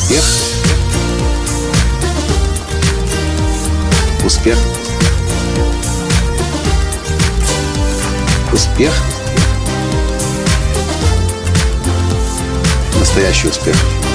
Успех. Успех. Успех. Настоящий успех.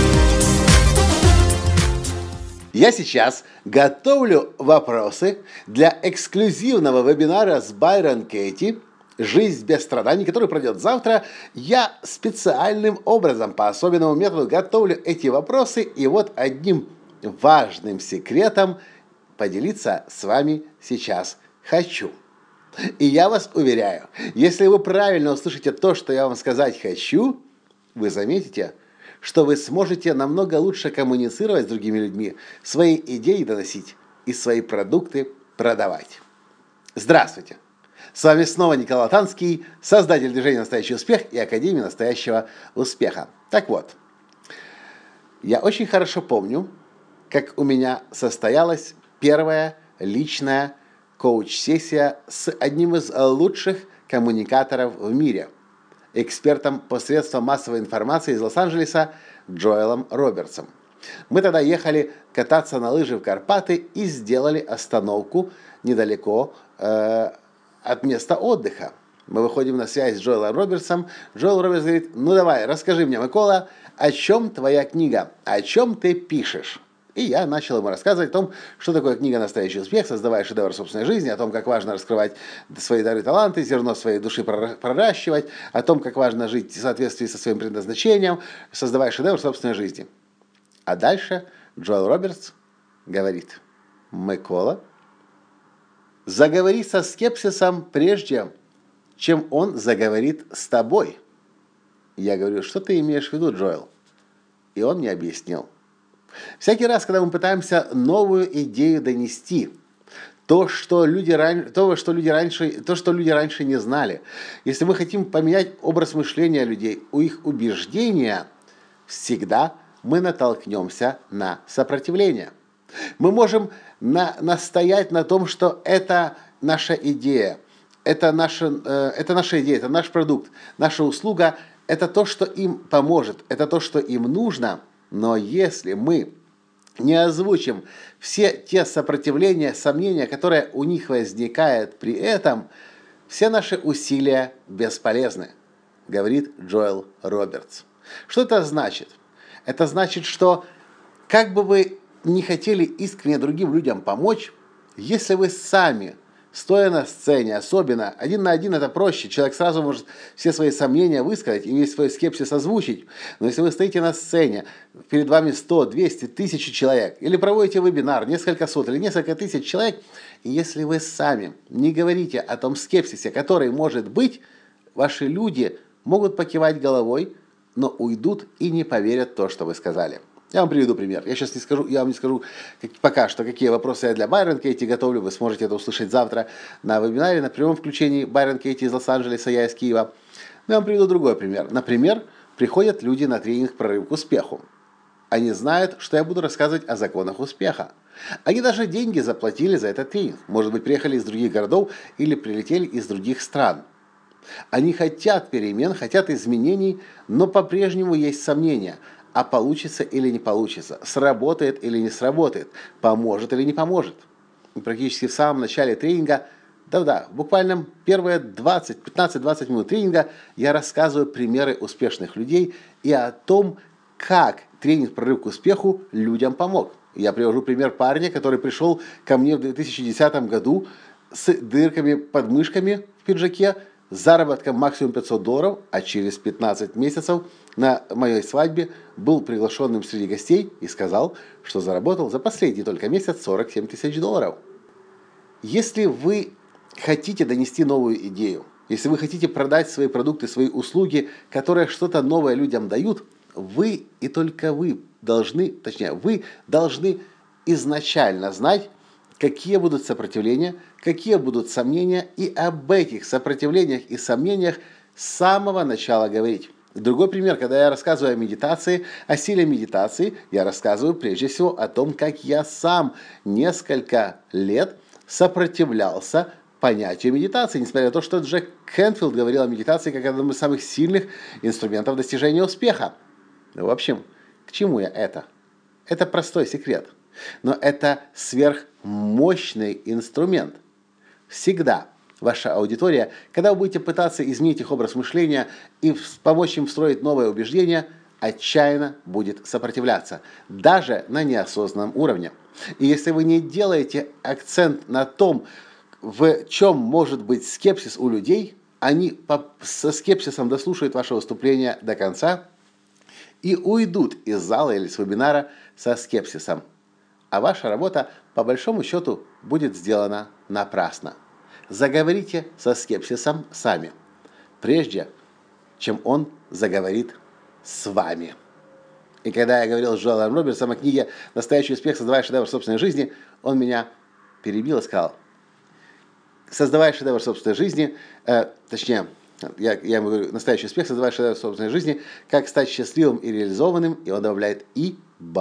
Я сейчас готовлю вопросы для эксклюзивного вебинара с Байрон Кэти «Жизнь без страданий», который пройдет завтра. Я специальным образом, по особенному методу готовлю эти вопросы. И вот одним важным секретом поделиться с вами сейчас хочу. И я вас уверяю, если вы правильно услышите то, что я вам сказать хочу, вы заметите, что вы сможете намного лучше коммуницировать с другими людьми, свои идеи доносить и свои продукты продавать. Здравствуйте! С вами снова Николай Латанский, создатель движения «Настоящий успех» и Академии настоящего успеха. Так вот, я очень хорошо помню, как у меня состоялась первая личная коуч-сессия с одним из лучших коммуникаторов в мире, экспертом посредством массовой информации из Лос-Анджелеса Джоэлом Робертсом. Мы тогда ехали кататься на лыжи в Карпаты и сделали остановку недалеко от места отдыха. Мы выходим на связь с Джоэлом Робертсом. Джоэл Робертс говорит: ну давай, расскажи мне, Микола, о чем твоя книга, о чем ты пишешь? И я начал ему рассказывать о том, что такое книга «Настоящий успех», создавая шедевр собственной жизни, о том, как важно раскрывать свои дары, таланты, зерно своей души проращивать, о том, как важно жить в соответствии со своим предназначением, создавая шедевр собственной жизни. А дальше Джоэл Робертс говорит: Микола, заговори со скепсисом прежде, чем он заговорит с тобой. Я говорю: что ты имеешь в виду, Джоэл? И он мне объяснил. Всякий раз, когда мы пытаемся новую идею донести, то, что люди раньше не знали, если мы хотим поменять образ мышления людей, их убеждения, всегда мы натолкнемся на сопротивление. Мы можем настоять на том, что это наша идея, это наша идея, это наш продукт, наша услуга, это то, что им поможет, это то, что им нужно. Но если мы не озвучим все те сопротивления, сомнения, которые у них возникают при этом, все наши усилия бесполезны, говорит Джоэл Робертс. Что это значит? Это значит, что как бы вы не хотели искренне другим людям помочь, если вы сами, стоя на сцене, особенно один на один, это проще. Человек сразу может все свои сомнения высказать и весь свой скепсис озвучить. Но если вы стоите на сцене, перед вами 100, 200, 1000 человек, или проводите вебинар, несколько сот или несколько тысяч человек, и если вы сами не говорите о том скепсисе, который может быть, ваши люди могут покивать головой, но уйдут и не поверят в то, что вы сказали. Я вам приведу пример. Я вам не скажу пока что, какие вопросы я для Байрон Кэти готовлю. Вы сможете это услышать завтра на вебинаре, на прямом включении Байрон Кэти из Лос-Анджелеса, я из Киева. Но я вам приведу другой пример. Например, приходят люди на тренинг «Прорыв к успеху». Они знают, что я буду рассказывать о законах успеха. Они даже деньги заплатили за этот тренинг. Может быть, приехали из других городов или прилетели из других стран. Они хотят перемен, хотят изменений, но по-прежнему есть сомнения – а получится или не получится, сработает или не сработает, поможет или не поможет. И практически в самом начале тренинга, буквально первые 15-20 минут тренинга я рассказываю примеры успешных людей и о том, как тренинг «Прорыв к успеху» людям помог. Я привожу пример парня, который пришел ко мне в 2010 году с дырками под мышками в пиджаке, с заработком максимум $500, а через 15 месяцев на моей свадьбе был приглашенным среди гостей и сказал, что заработал за последний только месяц $47 тысяч. Если вы хотите донести новую идею, если вы хотите продать свои продукты, свои услуги, которые что-то новое людям дают, вы и только вы должны изначально знать, какие будут сопротивления, какие будут сомнения, и об этих сопротивлениях и сомнениях с самого начала говорить. Другой пример, когда я рассказываю о медитации, о силе медитации, я рассказываю прежде всего о том, как я сам несколько лет сопротивлялся понятию медитации, несмотря на то, что Джек Кенфилд говорил о медитации как одном из самых сильных инструментов достижения успеха. В общем, к чему я это? Это простой секрет. Но это сверхмощный инструмент. Всегда ваша аудитория, когда вы будете пытаться изменить их образ мышления и помочь им встроить новые убеждения, отчаянно будет сопротивляться, даже на неосознанном уровне. И если вы не делаете акцент на том, в чем может быть скепсис у людей, они со скепсисом дослушают ваше выступление до конца и уйдут из зала или с вебинара со скепсисом. А ваша работа, по большому счету, будет сделана напрасно. Заговорите со скепсисом сами, прежде чем он заговорит с вами. И когда я говорил с Джоэлом Робертсом о книге «Настоящий успех. Создавая шедевр собственной жизни», он меня перебил и сказал: создавая шедевр собственной жизни, я ему говорю: настоящий успех, создавая шедевр собственной жизни, как стать счастливым и реализованным, и он добавляет: и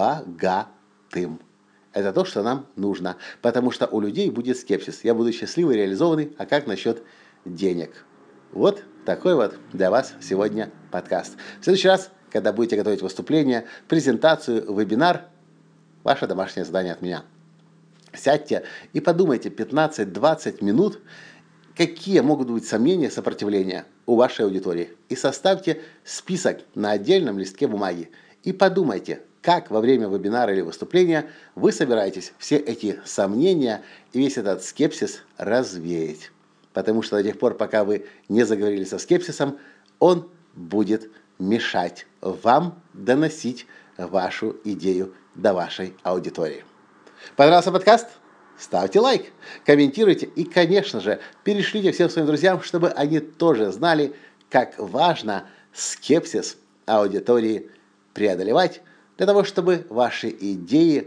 богатым. Это то, что нам нужно, потому что у людей будет скепсис. Я буду счастливый, реализованный, а как насчет денег? Вот такой вот для вас сегодня подкаст. В следующий раз, когда будете готовить выступление, презентацию, вебинар, ваше домашнее задание от меня. Сядьте и подумайте 15-20 минут, какие могут быть сомнения, сопротивления у вашей аудитории. И составьте список на отдельном листке бумаги. И подумайте, как во время вебинара или выступления вы собираетесь все эти сомнения и весь этот скепсис развеять. Потому что до тех пор, пока вы не заговорили со скепсисом, он будет мешать вам доносить вашу идею до вашей аудитории. Понравился подкаст? Ставьте лайк, комментируйте и, конечно же, перешлите всем своим друзьям, чтобы они тоже знали, как важно скепсис аудитории преодолевать, для того, чтобы ваши идеи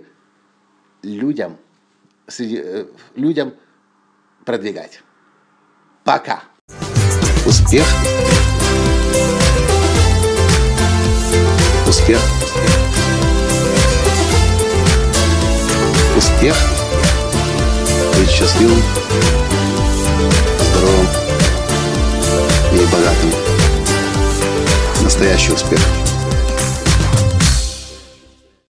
людям продвигать. Пока! Успех. Успех. Успех. Быть счастливым, здоровым и богатым. Настоящий успех.